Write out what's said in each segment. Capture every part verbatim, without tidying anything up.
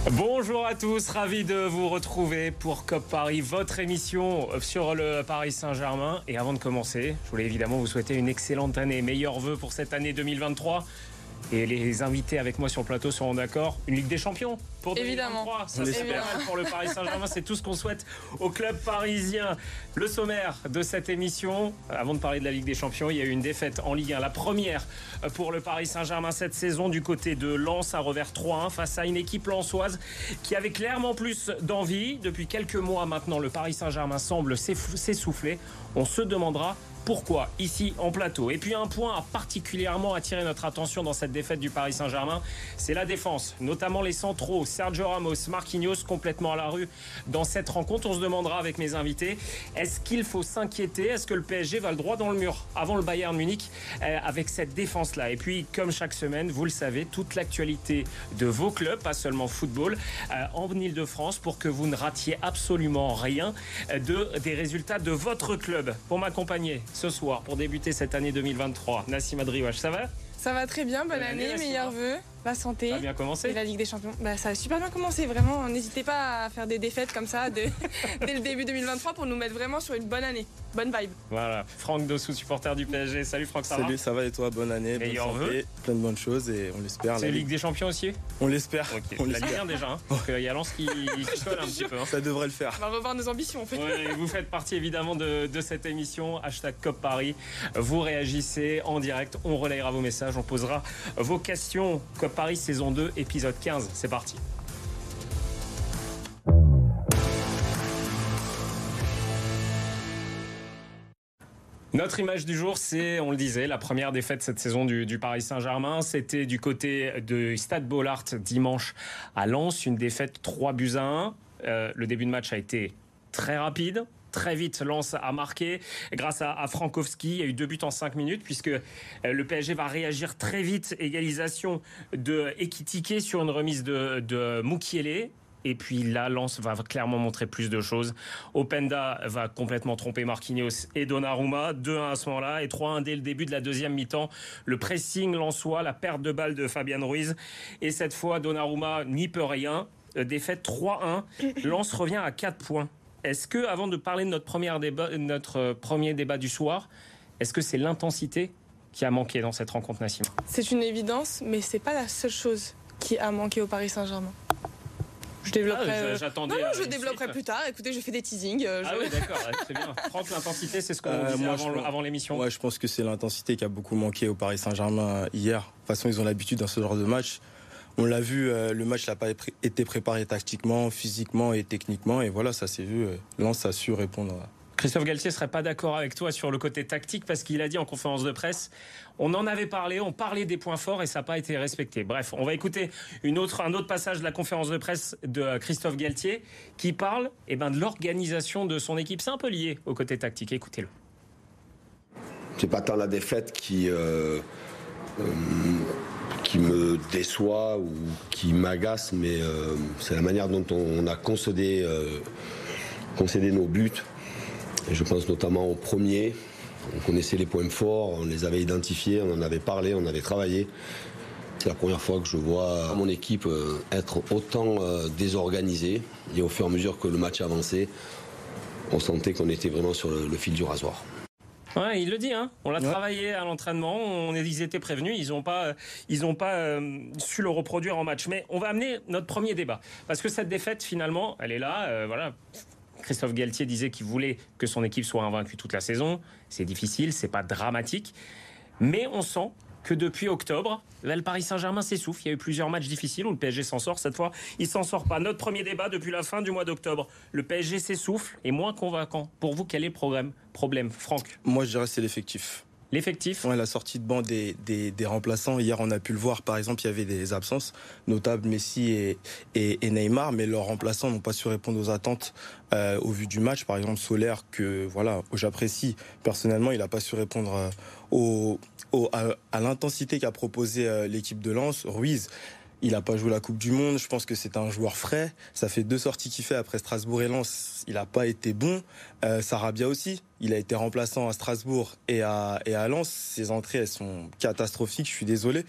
Bonjour à tous, ravi de vous retrouver pour C O P Paris, votre émission sur le Paris Saint-Germain. Et avant de commencer, je voulais évidemment vous souhaiter une excellente année, meilleurs vœux pour cette année deux mille vingt-trois. Et les invités avec moi sur le plateau seront d'accord. Une Ligue des Champions pour deux mille vingt-trois. Ça, c'est bien pour le Paris Saint-Germain. C'est tout ce qu'on souhaite au club parisien. Le sommaire de cette émission. Avant de parler de la Ligue des Champions, il y a eu une défaite en Ligue un. La première pour le Paris Saint-Germain cette saison du côté de Lens à revers trois un face à une équipe lensoise qui avait clairement plus d'envie. Depuis quelques mois maintenant, le Paris Saint-Germain semble s'essouffler. On se demandera pourquoi ici en plateau. Et puis un point a particulièrement attiré notre attention dans cette défaite du Paris Saint-Germain, c'est la défense, notamment les centraux, Sergio Ramos, Marquinhos complètement à la rue dans cette rencontre. On se demandera avec mes invités, est-ce qu'il faut s'inquiéter? Est-ce que le P S G va le droit dans le mur avant le Bayern Munich euh, avec cette défense-là? Et puis comme chaque semaine, vous le savez, toute l'actualité de vos clubs, pas seulement football, euh, en Ile-de-France pour que vous ne ratiez absolument rien de, des résultats de votre club. Pour m'accompagner ce soir, pour débuter cette année deux mille vingt-trois, Nassim Adriouache, ça va? Ça va très bien, bonne, bonne année, année meilleurs vœux, la santé. Ça a bien commencé. Et la Ligue des Champions. Bah, ça a super bien commencé, vraiment. N'hésitez pas à faire des défaites comme ça de, dès le début deux mille vingt-trois pour nous mettre vraiment sur une bonne année. Bonne vibe. Voilà, Franck Dossou, supporter du P S G. Salut Franck, ça Salut, va? Salut, ça va et toi? Bonne année, bonne santé, plein de bonnes choses et on l'espère. C'est la Ligue des Champions aussi? On l'espère. Okay. On la Ligue un déjà, hein, parce qu'il y a Lens qui, qui colle un petit peu. Hein. Ça devrait le faire. On va revoir nos ambitions en fait. Ouais, vous faites partie évidemment de, de cette émission, hashtag C O P Paris. Vous réagissez en direct, on relayera vos messages, on posera vos questions. C O P Paris saison deux, épisode quinze, c'est parti. Notre image du jour, c'est, on le disait, la première défaite cette saison du, du Paris Saint-Germain. C'était du côté de Stade Bollaert dimanche à Lens, une défaite trois buts à un. Euh, le début de match a été très rapide. Très vite, Lens a marqué grâce à, à Frankowski. Il y a eu deux buts en cinq minutes puisque le P S G va réagir très vite. Égalisation de Ekitike sur une remise de, de Mukiele. Et puis là, Lens va clairement montrer plus de choses. Openda va complètement tromper Marquinhos et Donnarumma. deux un à ce moment-là et trois un dès le début de la deuxième mi-temps. Le pressing lensois, la perte de balle de Fabian Ruiz. Et cette fois, Donnarumma n'y peut rien. Défaite trois un. Lens revient à quatre points. Est-ce que, avant de parler de notre, première débat, notre premier débat du soir, est-ce que c'est l'intensité qui a manqué dans cette rencontre, Nassim? C'est une évidence, mais c'est pas la seule chose qui a manqué au Paris Saint-Germain. Je développerai. Ah, j'attendais. Non, non, je développerai suite. plus tard. Écoutez, je fais des teasings. Je... Ah oui, d'accord, c'est bien. Franck, l'intensité, c'est ce qu'on euh, disait moi, avant, avant l'émission. Ouais, je pense que c'est l'intensité qui a beaucoup manqué au Paris Saint-Germain hier. De toute façon, ils ont l'habitude dans ce genre de match. On l'a vu, euh, le match n'a pas été préparé tactiquement, physiquement et techniquement. Et voilà, ça s'est vu. Lens a su répondre. Christophe Galtier ne serait pas d'accord avec toi sur le côté tactique parce qu'il a dit en conférence de presse, on en avait parlé, on parlait des points forts et ça n'a pas été respecté. Bref, on va écouter une autre, un autre passage de la conférence de presse de Christophe Galtier qui parle eh ben, de l'organisation de son équipe. C'est un peu lié au côté tactique. Écoutez-le. C'est pas tant la défaite qui... Euh, euh, qui me déçoit ou qui m'agace, mais euh, c'est la manière dont on a concédé, euh, concédé nos buts. Et je pense notamment au premier. On connaissait les points forts, on les avait identifiés, on en avait parlé, on avait travaillé. C'est la première fois que je vois mon équipe être autant désorganisée. Et au fur et à mesure que le match avançait, on sentait qu'on était vraiment sur le, le fil du rasoir. Ouais, il le dit, hein. On l'a ouais. travaillé à l'entraînement, on, ils étaient prévenus, ils n'ont pas, ils ont pas euh, su le reproduire en match. Mais on va amener notre premier débat. Parce que cette défaite, finalement, elle est là. Euh, voilà. Christophe Galtier disait qu'il voulait que son équipe soit invaincue toute la saison. C'est difficile, c'est pas dramatique. Mais on sent que depuis octobre, là, le Paris Saint-Germain s'essouffle. Il y a eu plusieurs matchs difficiles où le P S G s'en sort. Cette fois, il s'en sort pas. Notre premier débat depuis la fin du mois d'octobre. Le P S G s'essouffle et moins convaincant. Pour vous, quel est le problème, problème Franck? Moi, je dirais que c'est l'effectif. L'effectif? Ouais, la sortie de banc des, des, des remplaçants. Hier, on a pu le voir. Par exemple, il y avait des absences, notables Messi et, et, et Neymar, mais leurs remplaçants n'ont pas su répondre aux attentes euh, au vu du match. Par exemple, Solaire, que voilà, j'apprécie personnellement, il n'a pas su répondre euh, au, au, à, à l'intensité qu'a proposé euh, l'équipe de Lens. Ruiz, Il n'a pas joué la Coupe du Monde. Je pense que c'est un joueur frais. Ça fait deux sorties qu'il fait après Strasbourg et Lens. Il n'a pas été bon. Euh, Sarabia aussi. Il a été remplaçant à Strasbourg et à, et à Lens. Ses entrées, elles sont catastrophiques. Je suis désolé.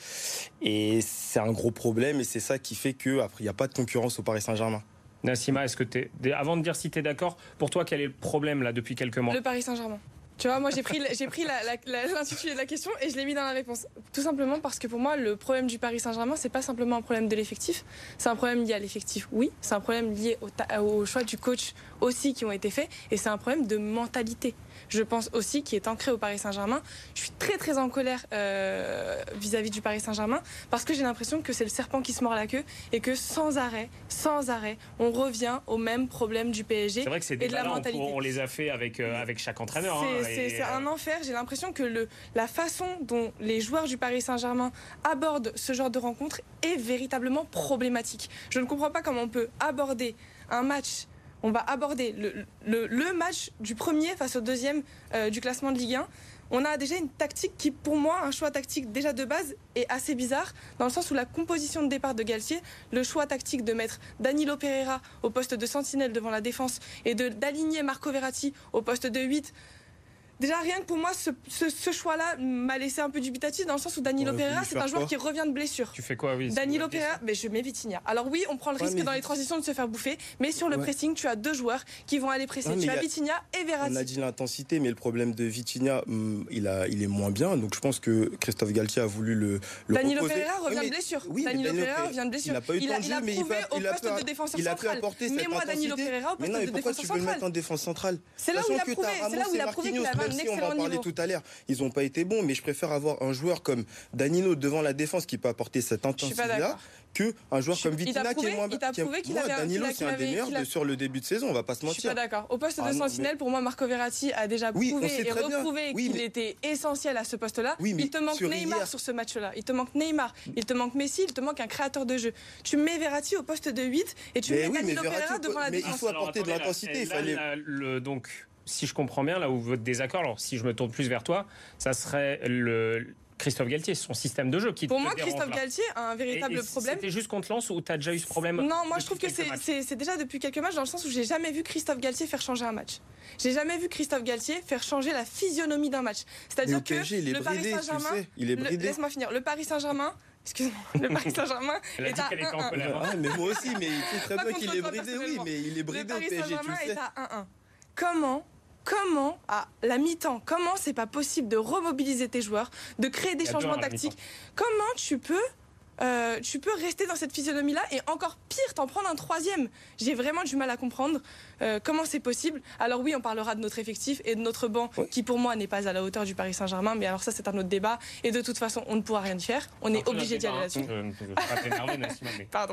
Et c'est un gros problème. Et c'est ça qui fait qu'il n'y a pas de concurrence au Paris Saint-Germain. Nassima, est-ce que t'es, avant de dire si tu es d'accord, pour toi, quel est le problème là depuis quelques mois ? Le Paris Saint-Germain. Tu vois, moi j'ai pris, j'ai pris la, la, la, l'intitulé de la question et je l'ai mis dans la réponse. Tout simplement parce que pour moi, le problème du Paris Saint-Germain, c'est pas simplement un problème de l'effectif. C'est un problème lié à l'effectif, oui. C'est un problème lié au, ta- au choix du coach aussi qui ont été faits. Et c'est un problème de mentalité. Je pense aussi qui est ancré au Paris Saint-Germain. Je suis très très en colère euh, vis-à-vis du Paris Saint-Germain parce que j'ai l'impression que c'est le serpent qui se mord la queue et que sans arrêt, sans arrêt, on revient au même problème du P S G. C'est vrai que c'est et de la mentalité. On, on les a fait avec, euh, avec chaque entraîneur. C'est, hein, c'est, et, c'est un enfer. J'ai l'impression que le, la façon dont les joueurs du Paris Saint-Germain abordent ce genre de rencontre est véritablement problématique. Je ne comprends pas comment on peut aborder un match. On va aborder le, le, le match du premier face au deuxième euh, du classement de Ligue un. On a déjà une tactique qui, pour moi, un choix tactique déjà de base est assez bizarre, dans le sens où la composition de départ de Galtier, le choix tactique de mettre Danilo Pereira au poste de sentinelle devant la défense et de, d'aligner Marco Verratti au poste de huit. Déjà, rien que pour moi, ce, ce, ce choix-là m'a laissé un peu dubitatif dans le sens où Danilo Ouais, Pereira, c'est un joueur quoi qui revient de blessure. Tu fais quoi, oui Danilo Pereira, mais je mets Vitinha. Alors oui, on prend le Ouais, risque mais dans les vite- transitions de se faire bouffer, mais sur le Ouais. pressing, tu as deux joueurs qui vont aller presser. Ouais, mais tu y as a- Vitinha et Verratti. On a dit l'intensité, mais le problème de Vitinha, hum, il, a, il est moins bien. Donc je pense que Christophe Galtier a voulu le, le Danilo reposer. Pereira revient Oui, de mais- blessure. oui, mais Danilo Danilo Pereira Pereira, revient de blessure. Il n'a pas eu il a, tant de il a jeu, mais il prouvé peut- au il a poste pu- de défenseur il a pu central. apporter cette Mets-moi Danilo intensité. Pereira au Mais poste non, mais de pourquoi défenseur tu veux le central. mettre en défense centrale? C'est là où Sachant il a que prouvé, t'as c'est là Ramos où il et a prouvé qu'il Marquinhos, avait un même si on excellent va en parler niveau. tout à l'heure, ils n'ont pas été bons, mais je préfère avoir un joueur comme Danilo devant la défense qui peut apporter cette Je suis pas intensité-là d'accord. qu'un joueur Je- comme il t'a Vitinha qui prouvé- est moins il t'a qui est- prouvé qu'il Moi, avait un- Danilo, qu'il a- c'est un qu'il des avait- meilleurs qu'il a- de- sur le début de saison, on va pas se Je suis pas mentir. d'accord. Au poste de Ah non, sentinelle, mais- pour moi, Marco Verratti a déjà Oui, on prouvé sait et très bien. reprouvé Oui, qu'il mais- était essentiel à ce poste-là. Oui, mais il te manque sur Neymar hier- sur ce match-là. Il te manque Neymar. Il te manque Messi. Il te manque un créateur de jeu. Tu mets Verratti au poste de huit et tu Mais mets oui, mais Danilo Verratti, Pereira devant la mais il défense. faut apporter de attendez, là, l'intensité, il là, fallait- là, le, donc, si je comprends bien, là où votre désaccord, alors si je me tourne plus vers toi, ça serait le Christophe Galtier, son système de jeu qui Pour te moi, dérange, Christophe là. Galtier a un véritable Et- et problème. C'était juste contre Lens ou tu as déjà eu ce problème? Non, moi depuis je trouve que quelques c'est, matchs c'est, c'est déjà depuis quelques matchs dans le sens où j'ai jamais vu Christophe Galtier faire changer un match. J'ai jamais vu Christophe Galtier faire changer la physionomie d'un match. Mais C'est-à-dire au P S G, que il est le Paris bridé, tu le Saint-Germain, sais. Il est le- bridé. laisse-moi finir. Le Paris Saint-Germain, excuse-moi, le Paris Saint-Germain Elle a est dit à qu'elle était en un un. colère. Ah, mais moi aussi, mais il sait très Pas bien contre qu'il est toi, bridé, oui, personnellement. mais il est Le bridé au Paris P S G, tu Saint-Germain le sais. est à un un. Comment Comment, à la mi-temps, comment c'est pas possible de remobiliser tes joueurs, de créer des Il y a changements deux à la tactiques? mi-temps. Comment tu peux, euh, tu peux rester dans cette physionomie-là et encore pire, t'en prendre un troisième? J'ai vraiment du mal à comprendre euh, comment c'est possible. Alors oui, on parlera de notre effectif et de notre banc, Oui. qui pour moi n'est pas à la hauteur du Paris Saint-Germain, mais alors ça c'est un autre débat. Et de toute façon, on ne pourra rien y faire. On est Un peu obligé d'y aller un là-dessus. débat, hein. Je ne vais pas t'énerver, Nassima, mais- Pardon.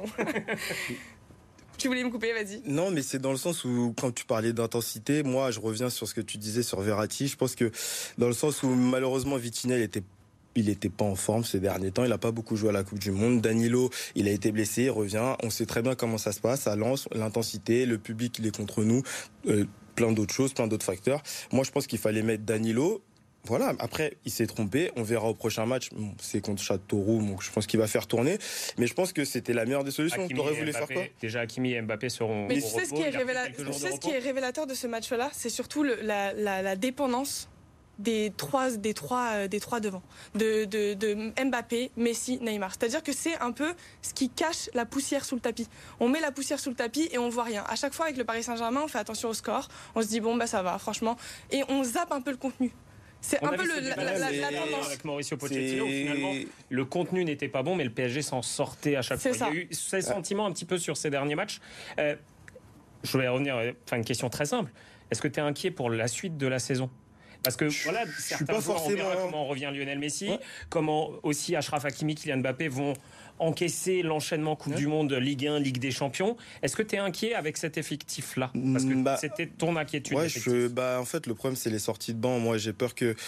Tu voulais me couper, vas-y. Non, mais c'est dans le sens où, quand tu parlais d'intensité, moi, je reviens sur ce que tu disais sur Verratti. Je pense que dans le sens où, malheureusement, Vitinha, il était il n'était pas en forme ces derniers temps. Il n'a pas beaucoup joué à la Coupe du Monde. Danilo, il a été blessé, il revient. On sait très bien comment ça se passe. Ça lance l'intensité, le public, il est contre nous. Euh, plein d'autres choses, plein d'autres facteurs. Moi, je pense qu'il fallait mettre Danilo. Voilà, après, il s'est trompé. On verra au prochain match. Bon, c'est contre Châteauroux, donc je pense qu'il va faire tourner. Mais je pense que c'était la meilleure des solutions. Hakimi T'aurais et voulu faire Mbappé- quoi? Déjà, Hakimi et Mbappé seront Mais au tu sais, ce repos. qui est, Il a pris révéla- quelques tu jours de sais ce repos. qui est révélateur de ce match-là, c'est surtout le- la, la- la dépendance des trois, des trois, euh, des trois devant, de, de, de Mbappé, Messi, Neymar. C'est-à-dire que c'est un peu ce qui cache la poussière sous le tapis. On met la poussière sous le tapis et on voit rien. À chaque fois avec le Paris Saint-Germain, on fait attention au score. On se dit bon bah ça va, franchement, et on zappe un peu le contenu. C'est On un a peu vu le, ce la, débat la- la- mais- la tendance. avec Mauricio Pochettino, où C'est- finalement, le contenu n'était pas bon, mais le P S G s'en sortait à chaque C'est fois. ça. Il y a eu ces sentiments un petit peu sur ces derniers matchs. Euh, je vais revenir, euh, enfin une question très simple. Est-ce que tu es inquiet pour la suite de la saison? Parce que Je- voilà, je suis certains pas joueurs, on verra forcément- comment revient Lionel Messi, Ouais. comment aussi Achraf Hakimi, Kylian Mbappé vont encaisser l'enchaînement Coupe Ouais. du Monde, Ligue un, Ligue des Champions. Est-ce que tu es inquiet avec cet effectif-là? Parce que Bah, c'était ton inquiétude. Ouais, l'effectif. je, bah, en fait, le problème, c'est les sorties de banc. Moi, j'ai peur que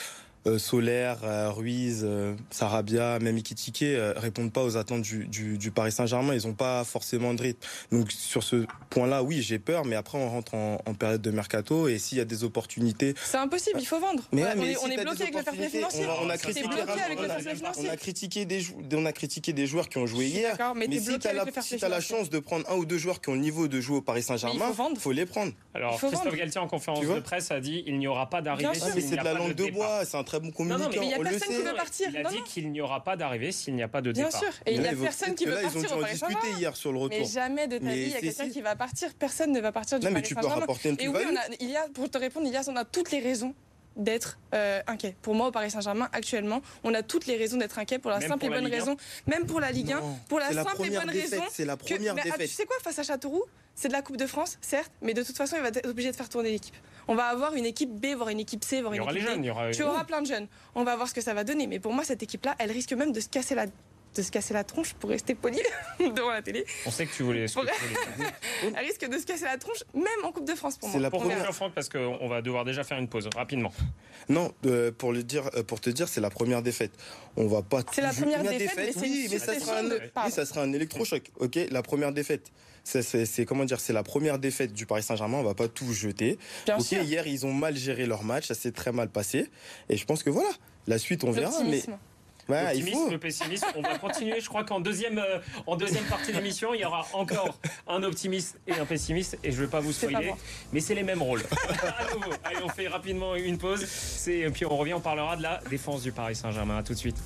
euh, Soler, euh, Ruiz, euh, Sarabia, même Ekitike euh, répondent pas aux attentes du, du, du Paris Saint-Germain. Ils ont pas forcément de rythme. Donc sur ce point-là, oui, j'ai peur, mais après on rentre en, en période de mercato et s'il y a des opportunités, c'est impossible, il faut vendre. Mais ouais, ouais, mais on est, si on est t'as bloqué des avec le fair play financier. on a, on a T'es critiqué, bloqué avec on le a- fair play financier. on a critiqué des jou- on a critiqué des joueurs qui ont joué Je suis hier. d'accord, mais t'es si bloqué t'as avec la, le fair si play t'as la financier. chance de prendre un ou deux joueurs qui ont le niveau de jouer au Paris Mais il Saint-Germain, faut vendre. faut les prendre. Alors, Il faut Christophe vendre. Galtier, en conférence Tu vois de presse, a dit il n'y aura pas d'arrivée. Bien sûr. Ah, mais s'il c'est n'y de a la pas langue de départ. bois, c'est un très bon communicant. Non, non, mais il y a on le personne qui sait. veut partir. Il a Non, dit non. qu'il n'y aura pas d'arrivée s'il n'y a pas de Bien départ. sûr, et il Mais y là, a ils vont- personne qui là, veut ils ont partir dû au en Paris discuter Saint-Germain. hier sur le Mais retour. jamais de ta Mais vie, il y a c'est- quelqu'un si. qui va partir. Personne ne va partir du Non, mais Paris tu peux Saint-Germain. rapporter une Et oui, plus-value. on a, il y a, pour te répondre, Ilias, on a toutes les raisons d'être euh, inquiet. Pour moi, au Paris Saint-Germain, actuellement, on a toutes les raisons d'être inquiet pour la Même simple pour et la bonne Ligue un. raison, même pour la Ligue un, Non, pour la c'est la simple et première bonne défaite, raison. c'est la que- première mais, ah, défaite. tu sais quoi, face à Châteauroux, c'est de la Coupe de France, certes, mais de toute façon, il va être obligé de faire tourner l'équipe. On va avoir une équipe B, voire une équipe C, voire Il y une aura les équipe jeunes, D. il y aura. Tu auras plein de jeunes. On va voir ce que ça va donner. Mais pour moi, cette équipe-là, elle risque même de se casser la, de se casser la tronche, pour rester poli devant la télé. On sait que tu voulais. ce que Pour- tu voulais faire. Elle risque de se casser la tronche, même en Coupe de France pour C'est moi. la On Pour verra. première- conclure, Franck, parce qu'on va devoir déjà faire une pause rapidement. Non, euh, pour le dire, euh, pour te dire, c'est la première défaite. On va pas. C'est la tout- première première défaite, mais c'est oui, une mais ça succession sera un, de- oui, pardon. ça sera un électrochoc. Ok, la première défaite. Ça, C'est c'est- comment dire, c'est la première défaite du Paris Saint-Germain. On va pas tout jeter. Bien ok, sûr. hier ils ont mal géré leur match, ça s'est très mal passé. Et je pense que voilà, la suite on verra. Mais L'optimisme. ouais, il L'optimisme, faut. le pessimisme, on va continuer. Je crois qu'en deuxième, euh, en deuxième partie de l'émission, il y aura encore un optimiste et un pessimiste. Et je ne vais pas vous C'est pas spoiler, moi. mais c'est les mêmes rôles. À nouveau. Allez, on fait rapidement une pause. C'est- Et puis on revient, on parlera de la défense du Paris Saint-Germain. À tout de suite.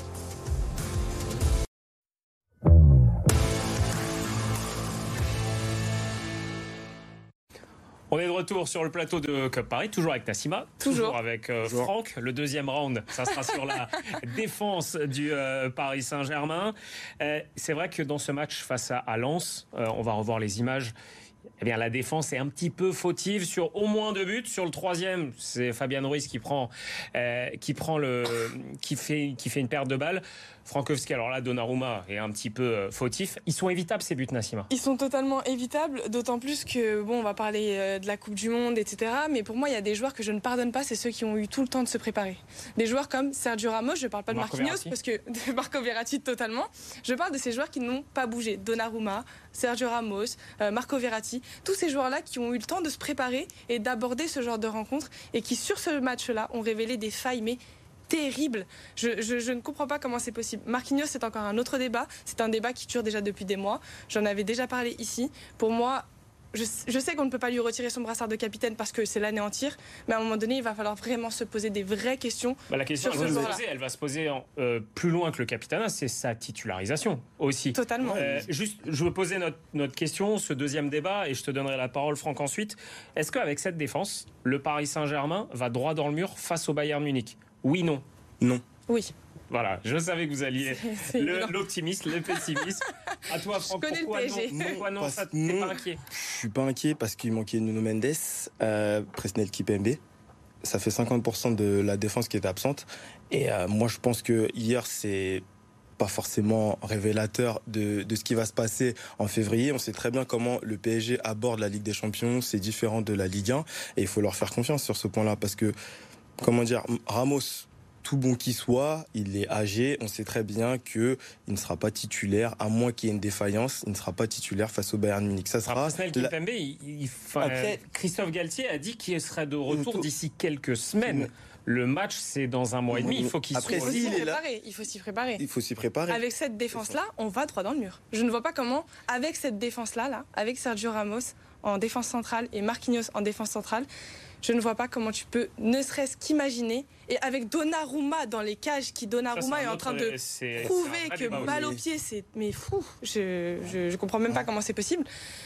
On est de retour sur le plateau de Cup Paris, toujours avec Nassima, Toujours. avec euh, Toujours. Franck. Le deuxième round, ça sera sur la défense du euh, Paris Saint-Germain. Euh, c'est vrai que dans ce match face à, à Lens, euh, on va revoir les images. Eh bien, la défense est un petit peu fautive sur au moins deux buts. Sur le troisième, c'est Fabian Ruiz qui prend, euh, qui prend le, qui fait, qui fait une perte de balle. Frankowski, alors là, Donnarumma est un petit peu euh, fautif. Ils sont évitables ces buts, Nassima. Ils sont totalement évitables, d'autant plus que, bon, on va parler euh, de la Coupe du Monde, et cetera. Mais pour moi, il y a des joueurs que je ne pardonne pas, c'est ceux qui ont eu tout le temps de se préparer. Des joueurs comme Sergio Ramos, je ne parle pas de Marco Marquinhos, Verratti. parce que de Marco Verratti totalement. Je parle de ces joueurs qui n'ont pas bougé. Donnarumma, Sergio Ramos, euh, Marco Verratti, tous ces joueurs-là qui ont eu le temps de se préparer et d'aborder ce genre de rencontre et qui, sur ce match-là, ont révélé des failles, mais terrible. Je, je, je ne comprends pas comment c'est possible. Marquinhos, c'est encore un autre débat. C'est un débat qui dure déjà depuis des mois. J'en avais déjà parlé ici. Pour moi, je, je sais qu'on ne peut pas lui retirer son brassard de capitaine parce que c'est l'anéantir, mais à un moment donné, il va falloir vraiment se poser des vraies questions. Bah, la question, Sur elle ce va, se joueur-là. poser, elle va se poser en, euh, plus loin que le capitana, c'est sa titularisation aussi. Totalement. Euh, juste, je veux poser notre, notre question, ce deuxième débat, et je te donnerai la parole, Franck, ensuite. Est-ce qu'avec cette défense, le Paris Saint-Germain va droit dans le mur face au Bayern Munich? Oui, non. Non. Oui. Voilà, je savais que vous alliez C'est- c'est le- évident. l'optimisme, le pessimisme. À toi, Franck, connais le pourquoi P S G. non, pourquoi non, Parce- ça t'es non. pas inquiet? Je suis pas inquiet parce qu'il manquait Nuno Mendes, euh, Presnel Kipembe. Ça fait cinquante pour cent de la défense qui est absente. Et euh, moi, je pense que hier, c'est pas forcément révélateur de, de ce qui va se passer en février. On sait très bien comment le P S G aborde la Ligue des Champions. C'est différent de la Ligue un. Et il faut leur faire confiance sur ce point-là. Parce que, comment dire, Ramos, tout bon qu'il soit, il est âgé. On sait très bien qu'il ne sera pas titulaire, à moins qu'il y ait une défaillance. Il ne sera pas titulaire face au Bayern Munich. Ça sera Presnel la- Kimpembe, il- il- enfin, Après- euh, Christophe Galtier a dit qu'il serait de retour Retour. d'ici quelques semaines. Le match, c'est dans un mois et demi. Il faut qu'il Après, Il soit. faut si, s'y il est là. préparer. Il faut s'y préparer. Il faut s'y préparer. Avec cette défense-là, on va droit dans le mur. Je ne vois pas comment, avec cette défense-là, là, avec Sergio Ramos en défense centrale et Marquinhos en défense centrale, je ne vois pas comment tu peux, ne serait-ce qu'imaginer, et avec Donnarumma dans les cages, qui Ça, Donnarumma c'est est un en train autre- de c'est- prouver c'est un vrai que débat mal aussi. au pied, c'est mais fou. Je, je, je comprends même pas comment c'est possible.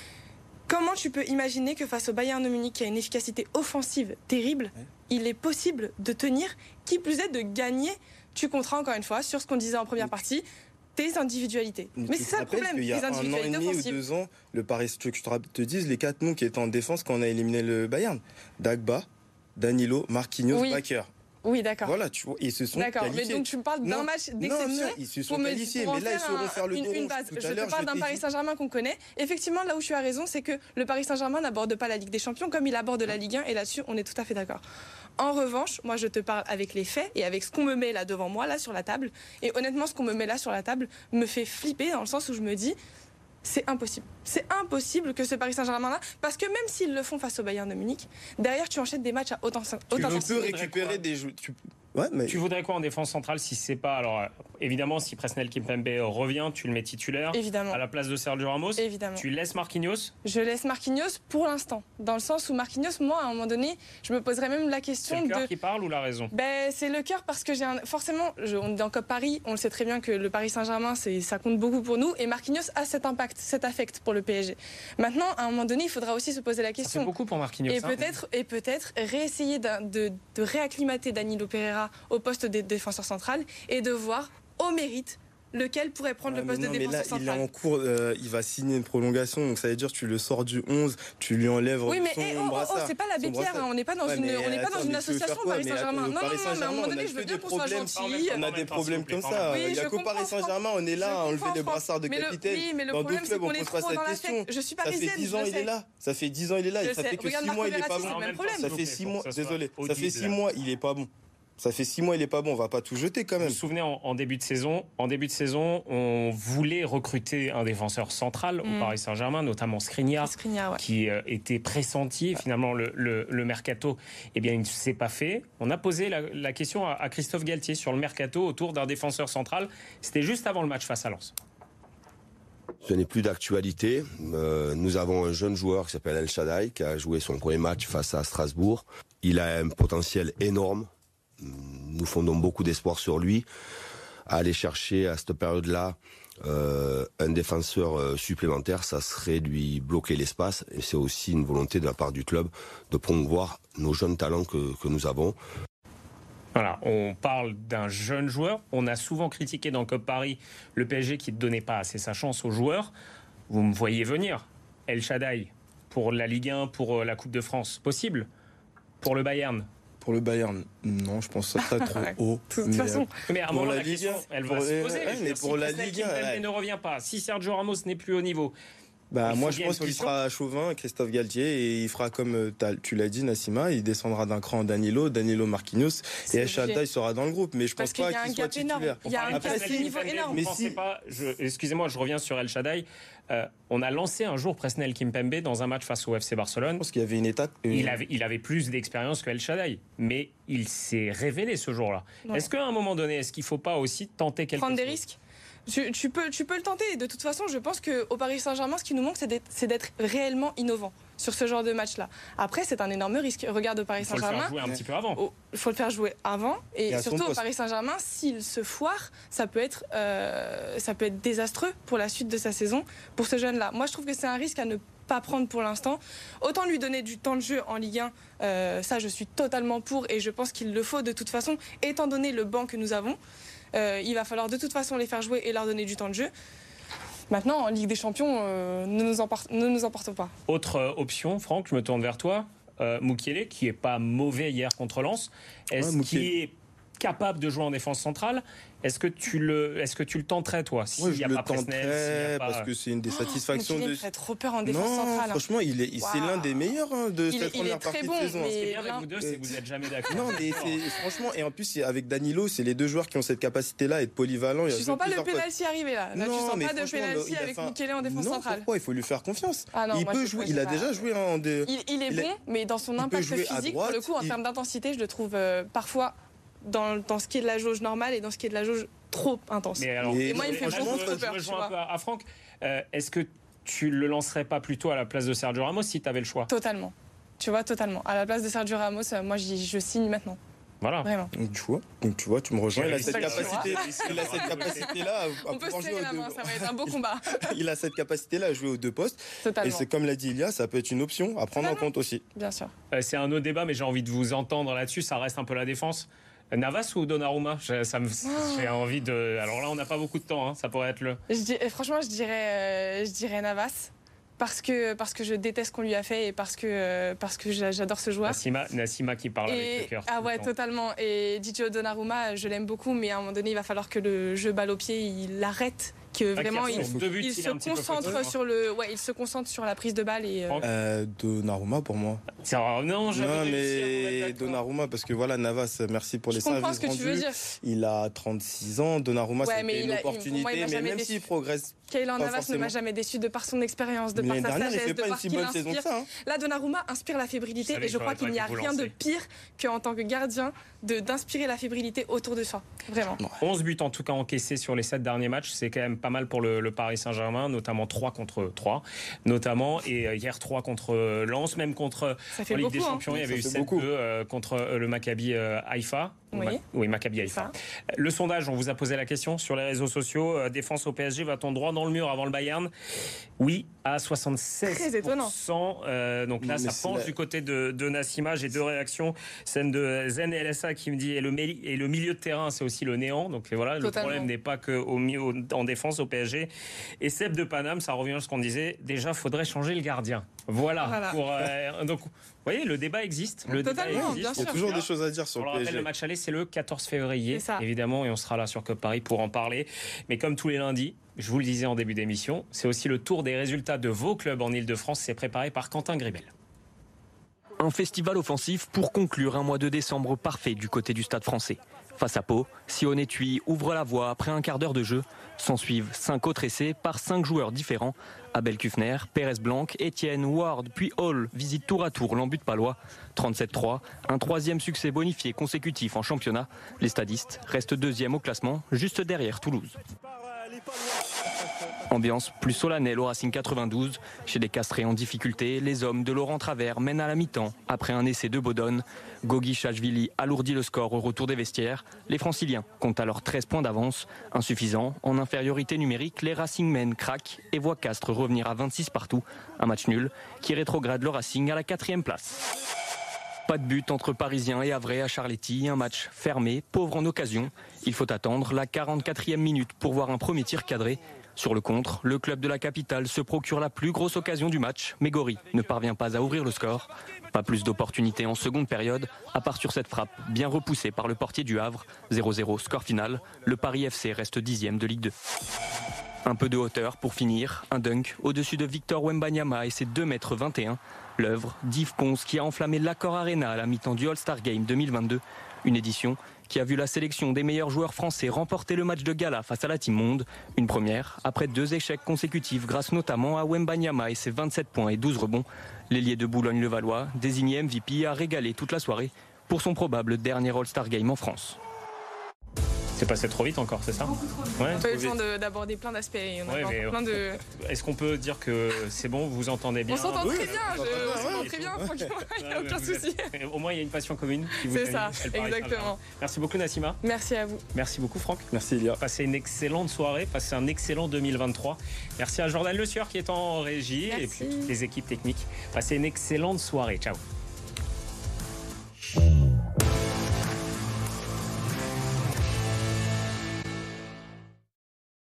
Comment tu peux imaginer que face au Bayern de Munich, qui a une efficacité offensive terrible, Ouais. il est possible de tenir, qui plus est de gagner. Tu compteras encore une fois sur ce qu'on disait en première Mais- partie, tes individualités. Mais Tu c'est te ça le rappelles problème, qu'il y a les un an et individualités demi ou offensives. deux ans, le Paris, tu veux que je te, rapp- te dise les quatre noms qui étaient en défense quand on a éliminé le Bayern. Dagba, Danilo, Marquinhos, Oui. Bakker. Oui, d'accord. Voilà, tu vois, ils se sont D'accord, qualifiés. mais donc tu me parles d'un Non, match Non, d'exception. non, ils se sont Pour me- qualifiés, pour en mais là, ils faire sauront un- faire le une, dos une rond. base. Tout Je à te l'heure, parle je d'un t'ai Paris dit. Saint-Germain qu'on connaît. Effectivement, là où tu as raison, c'est que le Paris Saint-Germain n'aborde pas la Ligue des Champions comme il aborde la Ligue un, et là-dessus, on est tout à fait d'accord. En revanche, moi, je te parle avec les faits et avec ce qu'on me met là devant moi, là, sur la table. Et honnêtement, ce qu'on me met là sur la table me fait flipper dans le sens où je me dis, c'est impossible. C'est impossible que ce Paris Saint-Germain-là, parce que même s'ils le font face au Bayern de Munich, derrière, tu enchaînes des matchs à haute, haute Tu ne intensité. peux récupérer des jeux. Tu... Ouais, mais... Tu voudrais quoi en défense centrale si c'est pas... Alors, euh, évidemment, si Presnel Kimpembe revient, tu le mets titulaire. Évidemment. À la place de Sergio Ramos. Évidemment. Tu laisses Marquinhos. Je laisse Marquinhos pour l'instant. Dans le sens où Marquinhos, moi, à un moment donné, je me poserais même la C'est question le cœur de... qui parle ou la raison? Ben, c'est le cœur parce que j'ai un... forcément, je... on est dans Coupe Paris, on le sait très bien que le Paris Saint-Germain, c'est... ça compte beaucoup pour nous, et Marquinhos a cet impact, cet affect pour le P S G. Maintenant, à un moment donné, il faudra aussi se poser la Ça fait question. beaucoup pour Marquinhos. Et hein. peut-être, et peut-être réessayer de, de, de réacclimater Danilo Pereira au poste de défenseur central et de voir au mérite lequel pourrait prendre Ouais, le poste mais non, de mais là, défenseur il est central. en cours, euh, il va signer une prolongation, donc ça veut dire tu le sors du onze, tu lui enlèves Oui, mais son eh, oh, oh, oh, brassard. c'est pas la son béquière, brassard. hein, on n'est pas dans Ouais, une, mais on n'est pas attends, dans une mais tu veux association faire quoi? Paris Mais Saint-Germain. attends, Non, non, Paris non, mais à un Saint-Germain, moment on a donné, je que veux bien des qu'on soit problèmes. gentil. On a des problèmes comme ça. Oui, Il n'y a je qu'au Paris comprends, Saint-Germain, on est là à Je enlever comprends, les brassards de mais le- capitaine. oui, mais le Dans problème, d'autres c'est clubs, on qu'on est pose pas trop cette dans question. l'affect. Je suis Ça fait parisienne, dix ans, je il est sais. là. Ça fait dix ans, il est là. Je Et ça sais. fait que Regarde six mois, il est Marco pas Verratti, bon. c'est le même problème. Ça fait six mois, Pour que ça soit désolé. Ça fait audible, six là. mois, il est pas bon. Ça fait six mois, il est pas bon. On va pas tout jeter quand Vous même. vous souvenez, en, en début de saison, en début de saison, on voulait recruter un défenseur central au Mm. Paris Saint-Germain, notamment Skriniar, Skriniar, ouais. qui euh, était pressenti. Et finalement, le, le, le mercato, eh bien, il ne s'est pas fait. On a posé la, la question à, à Christophe Galtier sur le mercato autour d'un défenseur central. C'était juste avant le match face à Lens. Ce n'est plus d'actualité. Euh, nous avons un jeune joueur qui s'appelle El Shaddai, qui a joué son premier match face à Strasbourg. Il a un potentiel énorme. Nous fondons beaucoup d'espoir sur lui. À aller chercher à cette période-là euh, un défenseur euh, supplémentaire, ça serait lui bloquer l'espace. Et c'est aussi une volonté de la part du club de promouvoir nos jeunes talents que, que nous avons. Voilà, on parle d'un jeune joueur. On a souvent critiqué dans Coupe Paris le P S G qui ne donnait pas assez sa chance aux joueurs. Vous me voyez venir. El Shaddai pour la Ligue un, pour la Coupe de France, possible. Pour le Bayern. Pour le Bayern, non, je pense que ça serait trop Ouais. haut. De toute Mais, façon, Mais à un Pour moment, la la Ligue question, un, elle pour va les- se poser. ouais, Je veux mais dire, pour si la Presnel Ligue un, Kimpembe ouais. ne revient pas, si Sergio Ramos n'est plus au niveau, Bah, Il moi, faut je bien pense une qu'il solution. sera chauvin, Christophe Galtier, et il fera comme euh, t'as- tu l'as dit, Nassima, il descendra d'un cran en Danilo, Danilo Marquinhos, C'est et El obligé. Shaddai sera dans le groupe. Mais je parce pense qu'il y pas a un qu'il soit gap énorme. titulaire. Il y a un Après, gap si- de niveau énorme. Vous Mais pensez si- pas, je, excusez-moi, je reviens sur El Shaddai. Euh, on a lancé un jour Presnel Kimpembe dans un match face au F C Barcelone. Je pense qu'il y avait une étape. une- Il avait, il avait plus d'expérience que El Shaddai, mais il s'est révélé ce jour-là. Ouais. Est-ce qu'à un moment donné, est-ce qu'il ne faut pas aussi tenter quelque prendre chose des risques. Tu, tu peux, tu peux le tenter. De toute façon, je pense qu'au Paris Saint-Germain, ce qui nous manque, c'est d'être, c'est d'être réellement innovant sur ce genre de match-là. Après, c'est un énorme risque. Regarde au Paris Il faut le Saint-Germain. faire jouer un petit peu avant. Oh, il faut le faire jouer avant et, Et à son surtout au poste. Paris Saint-Germain, s'il se foire, ça peut être euh, ça peut être désastreux pour la suite de sa saison pour ce jeune-là. Moi, je trouve que c'est un risque à ne pas prendre pour l'instant. Autant lui donner du temps de jeu en Ligue un, euh, ça je suis totalement pour et je pense qu'il le faut de toute façon, étant donné le banc que nous avons. Euh, il va falloir de toute façon les faire jouer et leur donner du temps de jeu. Maintenant, en Ligue des Champions, euh, ne nous emporte, ne nous emportons pas. Autre euh, option, Franck, je me tourne vers toi. Euh, Mukiele, qui est pas mauvais hier contre Lens, est-ce Ouais, qu'il Mukiele. est capable de jouer en défense centrale? Est-ce que tu le, est-ce que tu le tenterais toi? S'il Moi, n'y je a le pas Presnel, s'il y a tenterais pas- parce que c'est une des satisfactions Mukiele de. me ferait trop peur en défense Non, centrale. hein. franchement, il est, c'est Waouh. l'un des meilleurs hein, de Il est- cette il est première très partie bon, de saison. mais- Ce qui est bien avec là- vous deux, c'est que vous n'êtes jamais d'accord. Non, mais c'est franchement, et en plus, avec Danilo, c'est les deux joueurs qui ont cette capacité-là, être polyvalents. Tu sens pas le pénalty arriver là. Là, tu sens mais pas de franchement, pénalty il a avec fait un- Mukiele en défense non, centrale. Pourquoi? Il faut lui faire confiance. Ah non, il moi, peut je- jouer, je il sais a pas. déjà joué en deux. Il, il est Il est- bon, mais dans son il peut impact jouer à physique, pour le droite, coup, en il- termes d'intensité, je le trouve euh, parfois dans, dans ce qui est de la jauge normale et dans ce qui est de la jauge trop intense. Mais alors, Et moi, il me fait là, beaucoup je, trop je peur, me tu joins vois. un peu à, à Franck. Euh, Est-ce que tu le lancerais pas plutôt à la place de Sergio Ramos si tu avais le choix? Totalement. Tu vois, totalement. À la place de Sergio Ramos, euh, moi, j'y- je signe maintenant. Voilà. Vraiment. Donc tu vois, donc tu vois, tu me rejoins. J'ai Il a réussi cette à le capacité, voir. il a cette capacité-là à, à On peut se pouvoir jouer serrer la aux main, deux. ça va être un beau combat. Il a cette capacité-là à jouer aux deux postes. Et Totalement. c'est comme l'a dit Ilia, ça peut être une option à prendre en Totalement. compte aussi. Bien sûr. Euh, C'est un autre débat, mais j'ai envie de vous entendre là-dessus. Ça reste un peu la défense. Euh, Navas ou Donnarumma? J'ai ça me- j'ai envie de. Alors là, on n'a pas beaucoup de temps. hein. Ça pourrait être le. Je dis- et franchement, je dirais, euh, je dirais Navas. parce que, parce que je déteste ce qu'on lui a fait et parce que, euh, parce que j'adore ce joueur. Nassima, Nassima qui parle et, avec le cœur. Ah ouais, totalement. Et Gigio Donnarumma, je l'aime beaucoup, mais à un moment donné, il va falloir que le jeu balle au pied, il arrête. Que vraiment, il, il, il se concentre sur le, ouais, il se concentre sur la prise de balle et. Euh... Euh, Donnarumma pour moi. Non, non mais Donnarumma parce que voilà Navas, merci pour les services rendus. Je comprends ce que tu veux dire. Il a trente-six ans, Donnarumma ouais, c'était une a, opportunité, moi, mais même s'il progresse. Keylor Navas forcément. ne m'a jamais déçu de par son expérience, de par sa sagesse, de par ce qu'il inspire. Ça, hein. Là, Donnarumma inspire la fébrilité et je crois qu'il n'y a rien de pire qu'en tant que gardien d'inspirer la fébrilité autour de soi. Vraiment. onze buts en tout cas encaissés sur les sept derniers matchs, c'est quand même pas mal pour le, le Paris Saint-Germain, notamment trois contre trois, notamment, et hier trois contre Lens, même contre en Ligue des Champions, hein. Il y avait ça eu sept deux euh, contre le Maccabi euh, Haïfa. Oui. Ma... oui, Maccabi Haïfa. Le sondage, on vous a posé la question sur les réseaux sociaux. Euh, défense au P S G, va-t-on droit dans le mur avant le Bayern? Oui, à soixante-seize pour cent. Très étonnant. Euh, donc là, mais ça penche la... du côté de, de Nassima. J'ai deux réactions. Celle de Zen L S A qui me dit et le, et le milieu de terrain, c'est aussi le néant. Donc voilà, Totalement. Le problème n'est pas qu'en en défense au P S G. Et Seb de Paname, ça revient à ce qu'on disait. Déjà, il faudrait changer le gardien. Voilà. voilà. Pour, euh, donc, vous voyez, le débat existe. Le Totalement, débat existe. Bien Il y a toujours des choses à dire sur on le P S G. Rappelle, le match aller, c'est le quatorze février, évidemment, et on sera là sur Cup Paris pour en parler. Mais comme tous les lundis, je vous le disais en début d'émission, c'est aussi le tour des résultats de vos clubs en Ile-de-France. C'est préparé par Quentin Gribel. Un festival offensif pour conclure un mois de décembre parfait du côté du Stade Français. Face à Pau, Sion Etui ouvre la voie après un quart d'heure de jeu. S'en suivent cinq autres essais par cinq joueurs différents. Abel Kufner, Pérez Blanc, Etienne, Ward, puis Hall visitent tour à tour l'embut palois. trente-sept trois, un troisième succès bonifié consécutif en championnat. Les stadistes restent deuxième au classement, juste derrière Toulouse. Ambiance plus solennelle au Racing quatre-vingt-douze. Chez les castrés en difficulté, les hommes de Laurent Travers mènent à la mi-temps après un essai de Bodone. Gogi Chachvili alourdit le score au retour des vestiaires. Les Franciliens comptent alors treize points d'avance. Insuffisant, en infériorité numérique, les Racingmen craquent et voient Castres revenir à vingt-six partout. Un match nul qui rétrograde le Racing à la quatrième place. Pas de but entre Parisiens et Havrais à Charletti, un match fermé, pauvre en occasion. Il faut attendre la quarante-quatrième minute pour voir un premier tir cadré. Sur le contre, le club de la capitale se procure la plus grosse occasion du match, mais Gori ne parvient pas à ouvrir le score. Pas plus d'opportunités en seconde période, à part sur cette frappe bien repoussée par le portier du Havre. zéro zéro score final, le Paris F C reste dixième de Ligue deux. Un peu de hauteur pour finir, un dunk au-dessus de Victor Wembanyama et ses deux mètres vingt et un. L'œuvre d'Yves Ponce qui a enflammé l'Accor Arena à la mi-temps du All-Star Game deux mille vingt-deux. Une édition qui a vu la sélection des meilleurs joueurs français remporter le match de gala face à la Team Monde. Une première après deux échecs consécutifs grâce notamment à Wembanyama et ses vingt-sept points et douze rebonds. L'ailier de Boulogne-le-Valois, désigné M V P, a régalé toute la soirée pour son probable dernier All-Star Game en France. C'est passé trop vite encore, c'est ça? Beaucoup trop vite. Ouais, on a eu le temps d'aborder plein d'aspects. Ouais, plein de... Est-ce qu'on peut dire que c'est bon, vous vous entendez bien? On s'entend oui, très bien, je... on s'entend très bien, franchement, il n'y a aucun souci. Au moins, il y a une passion commune qui vous C'est ça, exactement. Merci beaucoup, Nassima. Merci à vous. Merci beaucoup, Franck. Merci, Elia. Passez une excellente soirée, passez un excellent deux mille vingt-trois. Merci à Jordan Le Sueur qui est en régie. Merci. Et puis les équipes techniques. Passez une excellente soirée. Ciao.